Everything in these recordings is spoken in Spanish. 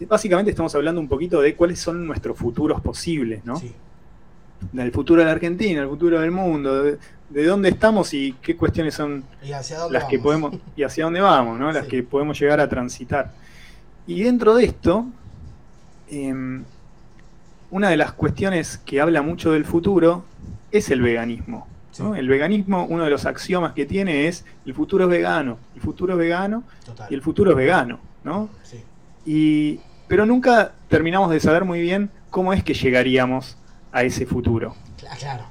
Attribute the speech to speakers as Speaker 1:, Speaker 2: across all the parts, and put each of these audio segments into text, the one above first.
Speaker 1: básicamente estamos hablando un poquito de cuáles son nuestros futuros posibles, ¿no?
Speaker 2: Sí.
Speaker 1: El futuro de la Argentina, el futuro del mundo, de dónde estamos y qué cuestiones son
Speaker 2: ¿Y hacia dónde
Speaker 1: las que
Speaker 2: vamos?
Speaker 1: podemos, y hacia dónde vamos, ¿no? Las
Speaker 2: Sí.
Speaker 1: que podemos llegar a transitar. Y dentro de esto, una de las cuestiones que habla mucho del futuro es el veganismo, ¿no?
Speaker 2: Sí.
Speaker 1: El veganismo, uno de los axiomas que tiene es el futuro es vegano, el futuro es vegano
Speaker 2: Total.
Speaker 1: y el futuro es vegano, ¿no?
Speaker 2: Sí.
Speaker 1: Pero nunca terminamos de saber muy bien cómo es que llegaríamos a ese futuro.
Speaker 2: Claro.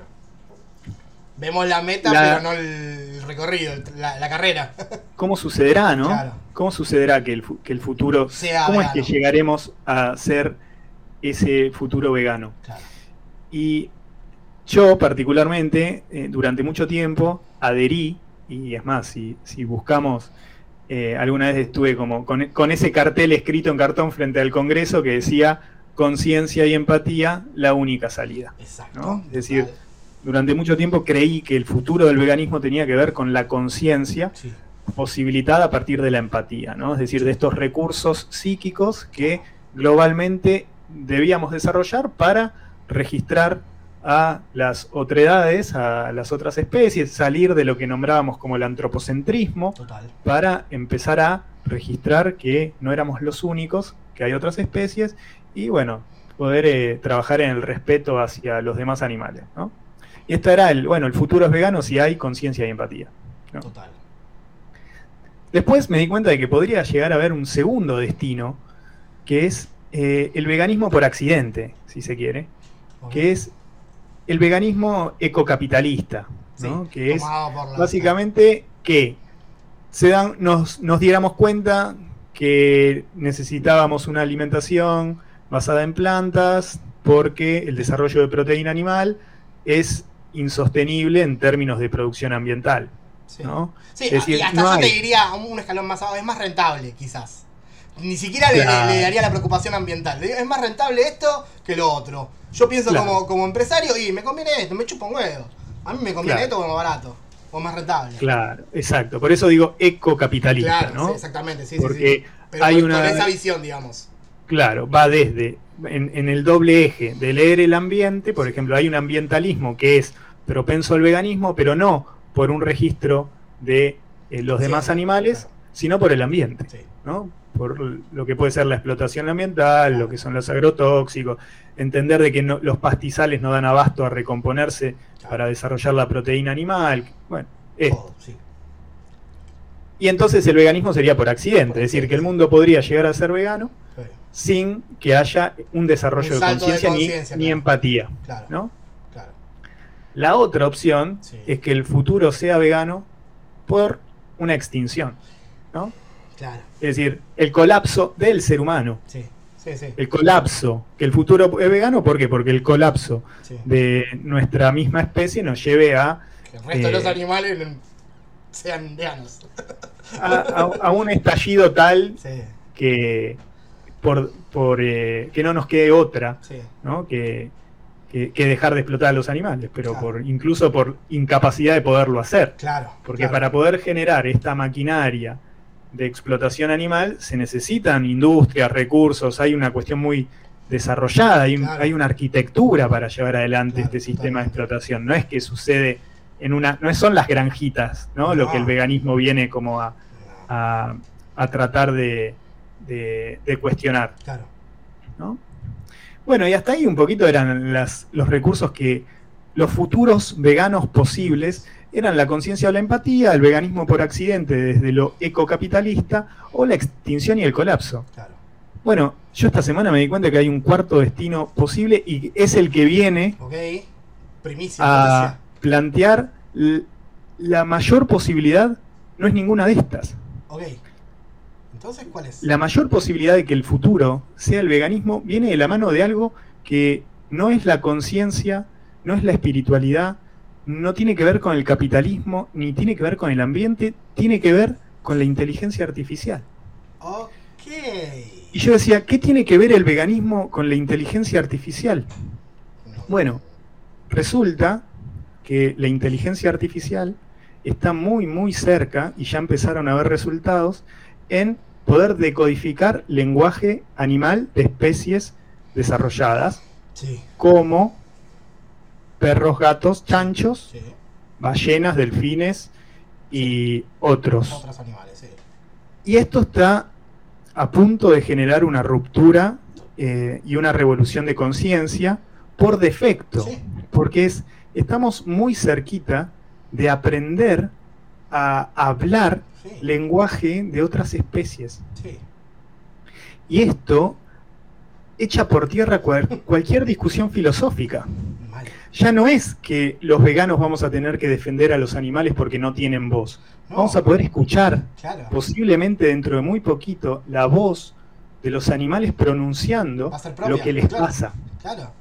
Speaker 2: Vemos la meta, pero no el recorrido, la carrera.
Speaker 1: ¿Cómo sucederá, no?
Speaker 2: Claro.
Speaker 1: ¿Cómo sucederá que el futuro
Speaker 2: sea
Speaker 1: ¿Cómo
Speaker 2: vegano?
Speaker 1: es que llegaremos a ser ese futuro vegano?
Speaker 2: Claro.
Speaker 1: Y yo particularmente, durante mucho tiempo, adherí, y es más, si buscamos, alguna vez estuve como con ese cartel escrito en cartón frente al Congreso que decía conciencia y empatía, la única salida.
Speaker 2: Exacto.
Speaker 1: ¿No? Es decir, durante mucho tiempo creí que el futuro del veganismo tenía que ver con la conciencia,
Speaker 2: sí,
Speaker 1: posibilitada a partir de la empatía, ¿no? Es decir, de estos recursos psíquicos que globalmente debíamos desarrollar para registrar a las otredades, a las otras especies, salir de lo que nombrábamos como el antropocentrismo,
Speaker 2: total,
Speaker 1: para empezar a registrar que no éramos los únicos, que hay otras especies, y bueno, poder trabajar en el respeto hacia los demás animales, ¿no? Y esto era el futuro es vegano si hay conciencia y empatía, ¿no?
Speaker 2: total.
Speaker 1: Después me di cuenta de que podría llegar a haber un segundo destino, que es el veganismo por accidente, si se quiere, que es el veganismo ecocapitalista, ¿no?
Speaker 2: Sí,
Speaker 1: que es básicamente que nos diéramos cuenta que necesitábamos una alimentación basada en plantas porque el desarrollo de proteína animal es insostenible en términos de producción ambiental.
Speaker 2: Sí,
Speaker 1: ¿no?
Speaker 2: Sí,
Speaker 1: es decir,
Speaker 2: y hasta yo te diría un escalón más abajo, es más rentable quizás. Ni siquiera le daría la preocupación ambiental. Es más rentable esto que lo otro. Yo pienso como empresario y me conviene esto, me chupo un huevo. A mí me conviene esto como barato o más rentable.
Speaker 1: Claro, exacto. Por eso digo ecocapitalista,
Speaker 2: claro,
Speaker 1: ¿no?
Speaker 2: Sí, exactamente, sí,
Speaker 1: porque
Speaker 2: sí. Pero
Speaker 1: hay
Speaker 2: con esa visión, digamos.
Speaker 1: Claro, va desde en el doble eje de leer el ambiente, por ejemplo, hay un ambientalismo que es propenso al veganismo, pero no por un registro de los demás animales, sino por el ambiente, ¿no? Por lo que puede ser la explotación ambiental, lo que son los agrotóxicos, entender de que los pastizales no dan abasto a recomponerse para desarrollar la proteína animal, bueno, esto. Y entonces el veganismo sería por accidente, es decir, que el mundo podría llegar a ser vegano sin que haya un desarrollo de conciencia ni empatía, ¿no?
Speaker 2: Claro.
Speaker 1: La otra opción es que el futuro sea vegano por una extinción, ¿no?
Speaker 2: Claro.
Speaker 1: Es decir, el colapso del ser humano.
Speaker 2: Sí.
Speaker 1: El colapso, que el futuro es vegano, ¿por qué? Porque el colapso de nuestra misma especie nos lleve a...
Speaker 2: Que el resto de los animales sean veganos.
Speaker 1: A un estallido tal que que no nos quede otra, ¿no? que dejar de explotar a los animales, pero incluso por incapacidad de poderlo hacer. Porque para poder generar esta maquinaria de explotación animal se necesitan industrias, recursos, hay una cuestión muy desarrollada, hay una arquitectura para llevar adelante este sistema de explotación. No es que sucede no son las granjitas, ¿no? Lo que el veganismo viene como a tratar de cuestionar. ¿No? Bueno, y hasta ahí un poquito eran los recursos que los futuros veganos posibles eran la conciencia o la empatía, el veganismo por accidente desde lo ecocapitalista o la extinción y el colapso. Bueno, yo esta semana me di cuenta que hay un cuarto destino posible y es el que viene a plantear la mayor posibilidad, no es ninguna de estas.
Speaker 2: Entonces, ¿cuál es?
Speaker 1: La mayor posibilidad de que el futuro sea el veganismo viene de la mano de algo que no es la conciencia, no es la espiritualidad, no tiene que ver con el capitalismo, ni tiene que ver con el ambiente, tiene que ver con la inteligencia artificial. Y yo decía, ¿qué tiene que ver el veganismo con la inteligencia artificial? Bueno, resulta que la inteligencia artificial está muy, muy cerca, y ya empezaron a haber resultados, en poder decodificar lenguaje animal de especies desarrolladas,
Speaker 2: Sí.
Speaker 1: como perros, gatos, chanchos,
Speaker 2: Sí.
Speaker 1: ballenas, delfines y otros.
Speaker 2: Otros animales, sí.
Speaker 1: Y esto está a punto de generar una ruptura y una revolución de conciencia por defecto,
Speaker 2: Sí.
Speaker 1: porque estamos muy cerquita de aprender a hablar
Speaker 2: Sí.
Speaker 1: lenguaje de otras especies.
Speaker 2: Sí.
Speaker 1: Y esto echa por tierra cualquier discusión filosófica.
Speaker 2: Mal.
Speaker 1: Ya no es que los veganos vamos a tener que defender a los animales porque no tienen voz.
Speaker 2: No.
Speaker 1: Vamos a poder escuchar,
Speaker 2: Claro.
Speaker 1: posiblemente dentro de muy poquito, la voz de los animales pronunciando
Speaker 2: Va a ser propia,
Speaker 1: lo que les
Speaker 2: claro.
Speaker 1: pasa.
Speaker 2: Claro.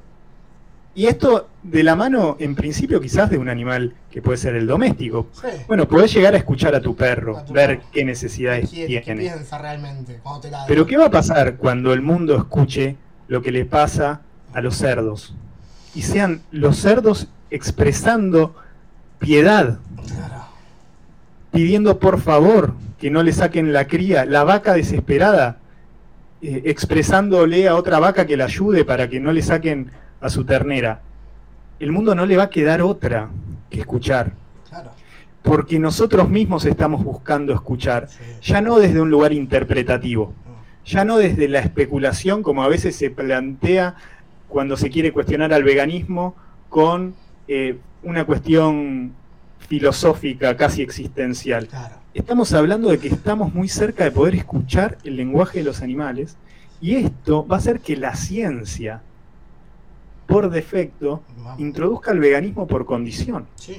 Speaker 1: Y esto de la mano, en principio, quizás de un animal que puede ser el doméstico.
Speaker 2: Sí.
Speaker 1: Bueno, podés llegar a escuchar a tu perro,
Speaker 2: A tu
Speaker 1: ver
Speaker 2: perro.
Speaker 1: qué necesidades
Speaker 2: ¿Qué
Speaker 1: tiene.
Speaker 2: piensa realmente cuando te ladra?
Speaker 1: Pero ¿qué va a pasar cuando el mundo escuche lo que le pasa a los cerdos? Y sean los cerdos expresando piedad,
Speaker 2: Claro.
Speaker 1: pidiendo por favor que no le saquen la cría, la vaca desesperada, expresándole a otra vaca que la ayude para que no le saquen a su ternera. El mundo no le va a quedar otra que escuchar,
Speaker 2: Claro.
Speaker 1: porque nosotros mismos estamos buscando escuchar,
Speaker 2: Sí.
Speaker 1: ya no desde un lugar interpretativo,
Speaker 2: No.
Speaker 1: ya no desde la especulación como a veces se plantea cuando se quiere cuestionar al veganismo con una cuestión filosófica casi existencial.
Speaker 2: Claro.
Speaker 1: Estamos hablando de que estamos muy cerca de poder escuchar el lenguaje de los animales, y esto va a hacer que la ciencia, por defecto,
Speaker 2: Vamos.
Speaker 1: introduzca el veganismo por condición.
Speaker 2: Sí.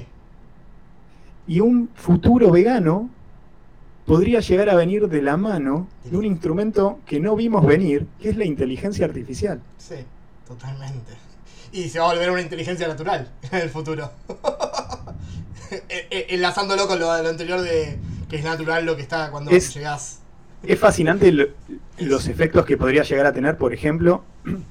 Speaker 1: Y un futuro vegano podría llegar a venir de la mano de un instrumento que no vimos venir, que es la inteligencia artificial.
Speaker 2: Sí, totalmente. Y se va a volver una inteligencia natural en el futuro. Enlazándolo con lo anterior de que es natural lo que está cuando llegás.
Speaker 1: Es fascinante los efectos que podría llegar a tener. Por ejemplo,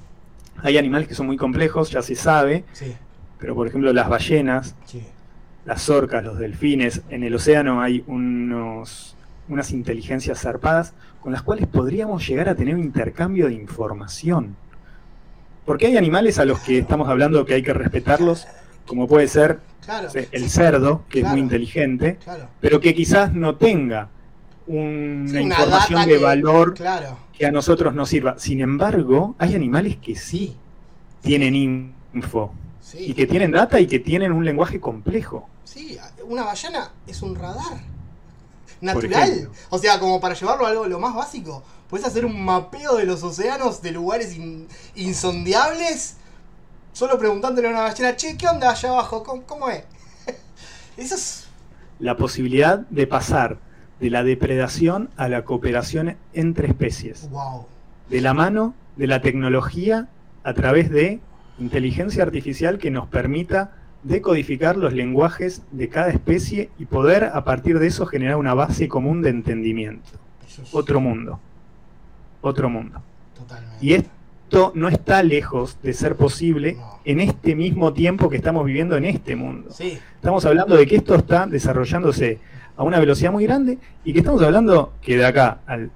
Speaker 1: hay animales que son muy complejos, ya se sabe,
Speaker 2: Sí,
Speaker 1: pero por ejemplo las ballenas,
Speaker 2: sí.
Speaker 1: las orcas, los delfines, en el océano hay unas inteligencias zarpadas con las cuales podríamos llegar a tener un intercambio de información. Porque hay animales a los que estamos hablando que hay que respetarlos, como puede ser
Speaker 2: Claro.
Speaker 1: el cerdo, que
Speaker 2: Claro.
Speaker 1: es muy inteligente,
Speaker 2: Claro.
Speaker 1: pero que quizás no tenga una
Speaker 2: Sí, una
Speaker 1: información
Speaker 2: data
Speaker 1: de valor
Speaker 2: Claro.
Speaker 1: que a nosotros nos sirva. Sin embargo, hay animales que sí tienen info,
Speaker 2: Sí.
Speaker 1: y que tienen data y que tienen un lenguaje complejo.
Speaker 2: Sí, una ballena es un radar.
Speaker 1: Por
Speaker 2: Natural.
Speaker 1: ejemplo.
Speaker 2: O sea, como para llevarlo a algo lo más básico. Puedes hacer un mapeo de los océanos de lugares insondiables. Solo preguntándole a una ballena, che, ¿qué onda allá abajo? ¿Cómo es? Eso es.
Speaker 1: La posibilidad de pasar de la depredación a la cooperación entre especies.
Speaker 2: Wow.
Speaker 1: De la mano de la tecnología a través de inteligencia artificial que nos permita decodificar los lenguajes de cada especie y poder a partir de eso generar una base común de entendimiento.
Speaker 2: Eso es
Speaker 1: Otro mundo. Otro mundo.
Speaker 2: totalmente.
Speaker 1: Y esto no está lejos de ser posible
Speaker 2: No.
Speaker 1: en este mismo tiempo que estamos viviendo en este mundo.
Speaker 2: Sí,
Speaker 1: Estamos hablando de que esto está desarrollándose a una velocidad muy grande y que estamos hablando que de acá al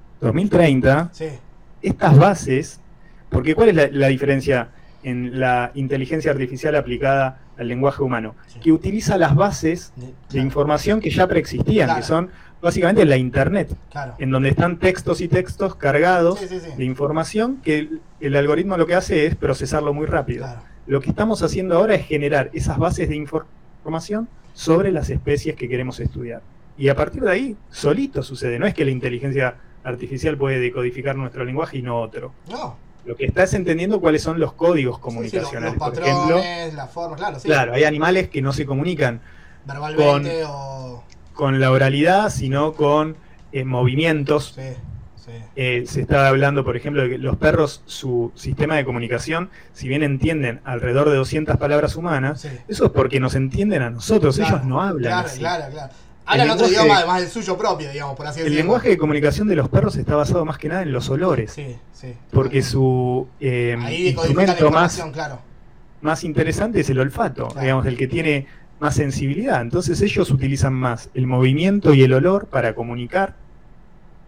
Speaker 1: 2030
Speaker 2: sí.
Speaker 1: estas bases, porque ¿cuál es la diferencia en la inteligencia artificial aplicada al lenguaje humano?
Speaker 2: Sí.
Speaker 1: Que utiliza las bases de
Speaker 2: Claro,
Speaker 1: información que ya preexistían,
Speaker 2: Claro.
Speaker 1: que son básicamente la internet,
Speaker 2: claro.
Speaker 1: en donde están textos y textos cargados
Speaker 2: Sí, sí, sí.
Speaker 1: de información que el algoritmo lo que hace es procesarlo muy rápido.
Speaker 2: Claro.
Speaker 1: Lo que estamos haciendo ahora es generar esas bases de información sobre las especies que queremos estudiar. Y a partir de ahí, solito sucede. No es que la inteligencia artificial puede decodificar nuestro lenguaje y no otro.
Speaker 2: No.
Speaker 1: Lo que está es entendiendo cuáles son los códigos
Speaker 2: Sí,
Speaker 1: comunicacionales.
Speaker 2: los
Speaker 1: Por
Speaker 2: patrones,
Speaker 1: ejemplo,
Speaker 2: las formas, claro, sí.
Speaker 1: claro, hay animales que no se comunican
Speaker 2: Verbalmente o.
Speaker 1: con la oralidad, sino con movimientos.
Speaker 2: Sí, sí.
Speaker 1: Se estaba hablando, por ejemplo, de que los perros, su sistema de comunicación, si bien entienden alrededor de 200 palabras humanas,
Speaker 2: Sí.
Speaker 1: eso es porque nos entienden a nosotros,
Speaker 2: Claro,
Speaker 1: ellos no hablan
Speaker 2: Claro,
Speaker 1: así.
Speaker 2: claro, claro. Hablan otro
Speaker 1: lenguaje-
Speaker 2: idioma además del suyo propio, digamos, por así
Speaker 1: El
Speaker 2: decirlo.
Speaker 1: lenguaje de comunicación de los perros está basado más que nada en los olores,
Speaker 2: Sí, sí.
Speaker 1: porque su
Speaker 2: Ahí decodifica la
Speaker 1: instrumento
Speaker 2: información, claro.
Speaker 1: más interesante es el olfato,
Speaker 2: Claro.
Speaker 1: digamos, el que tiene más sensibilidad. Entonces ellos utilizan más el movimiento y el olor para comunicar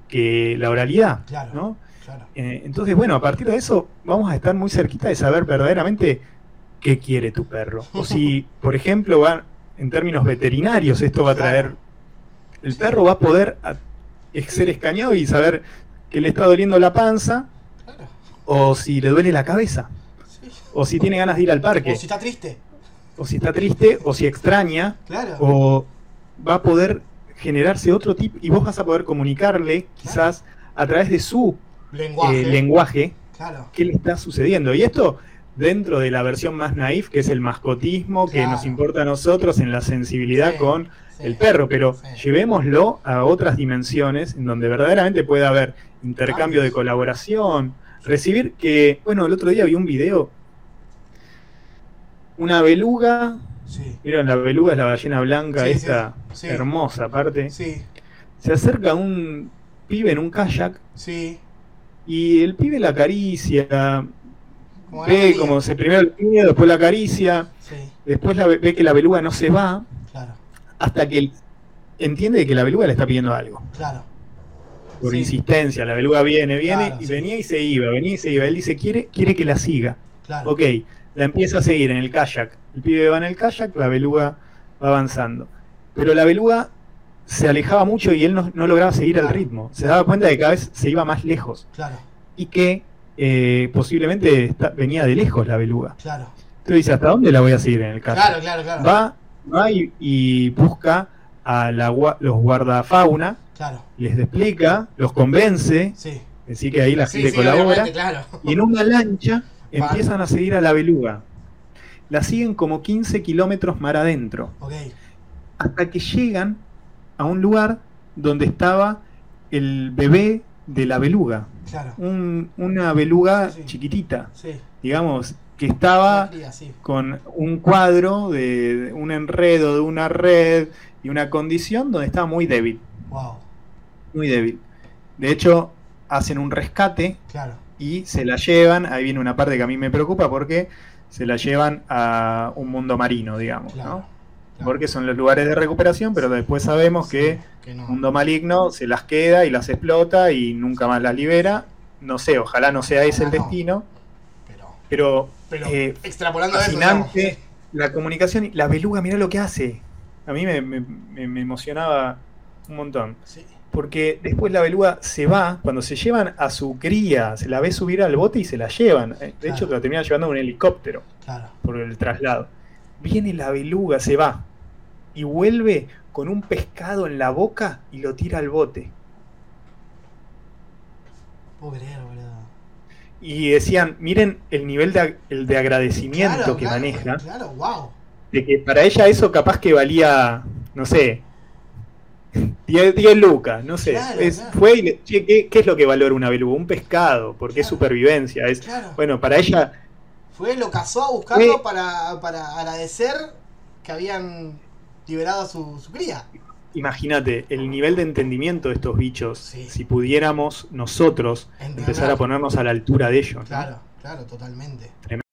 Speaker 1: que la oralidad,
Speaker 2: claro,
Speaker 1: ¿no?
Speaker 2: Claro.
Speaker 1: Entonces, bueno, a partir de eso vamos a estar muy cerquita de saber verdaderamente qué quiere tu perro. O si, por ejemplo, va en términos veterinarios, esto va a traer... El perro va a poder ser escaneado y saber que le está doliendo la panza, o si le duele la cabeza, o si tiene ganas de ir al parque,
Speaker 2: o si está triste,
Speaker 1: o si extraña, o va a poder generarse otro tipo, y vos vas a poder comunicarle, quizás a través de su lenguaje qué le está sucediendo. Y esto dentro de la versión más naif, que es el mascotismo, que nos importa a nosotros en la sensibilidad con el perro, pero llevémoslo a otras dimensiones en donde verdaderamente puede haber intercambio de colaboración, recibir que, bueno, el otro día vi un video, una beluga, ¿vieron? La beluga es la ballena blanca, hermosa aparte, se acerca a un pibe en un kayak, y el pibe la acaricia, ve como se primero el miedo, después la acaricia, después ve que la beluga no se va, hasta que él entiende que la beluga le está pidiendo algo. Por insistencia, la beluga viene, y venía y se iba, Él dice, quiere que la siga. Ok, la empieza a seguir en el kayak. El pibe va en el kayak, la beluga va avanzando. Pero la beluga se alejaba mucho y él no lograba seguir el ritmo. Se daba cuenta de que cada vez se iba más lejos. Y que posiblemente venía de lejos la beluga. Entonces dice, ¿hasta dónde la voy a seguir en el kayak? Va y busca a los guardafauna, les explica, los convence, así que ahí la gente colabora, y en una lancha empiezan a seguir a la beluga. La siguen como 15 kilómetros mar adentro, hasta que llegan a un lugar donde estaba el bebé de la beluga, una beluga chiquitita, digamos, que estaba con un cuadro de un enredo de una red y una condición donde estaba muy débil. Muy débil. De hecho, hacen un rescate y se la llevan. Ahí viene una parte que a mí me preocupa porque se la llevan a un mundo marino, digamos, ¿no? Porque son los lugares de recuperación, pero después sabemos que mundo maligno se las queda y las explota y nunca más las libera. No sé, ojalá no sea ese el destino. Pero
Speaker 2: extrapolando
Speaker 1: fascinante
Speaker 2: eso,
Speaker 1: la comunicación. La beluga, mirá lo que hace. A mí me emocionaba un montón. Porque después la beluga se va, cuando se llevan a su cría, se la ve subir al bote y se la llevan. De hecho, la terminan llevando en un helicóptero por el traslado. Viene la beluga, se va y vuelve con un pescado en la boca y lo tira al bote.
Speaker 2: Puedo creer, boludo.
Speaker 1: Y decían, miren el nivel de agradecimiento que maneja.
Speaker 2: Wow.
Speaker 1: De que para ella eso capaz que valía, no sé, 10 lucas, no sé. Fue y ¿qué es lo que valora una beluga? Un pescado, porque es supervivencia. Bueno, para ella...
Speaker 2: Lo cazó a buscarlo para agradecer que habían liberado a su cría.
Speaker 1: Imagínate, el nivel de entendimiento de estos bichos, si pudiéramos nosotros empezar a ponernos a la altura de ellos.
Speaker 2: Claro, totalmente. Tremendo.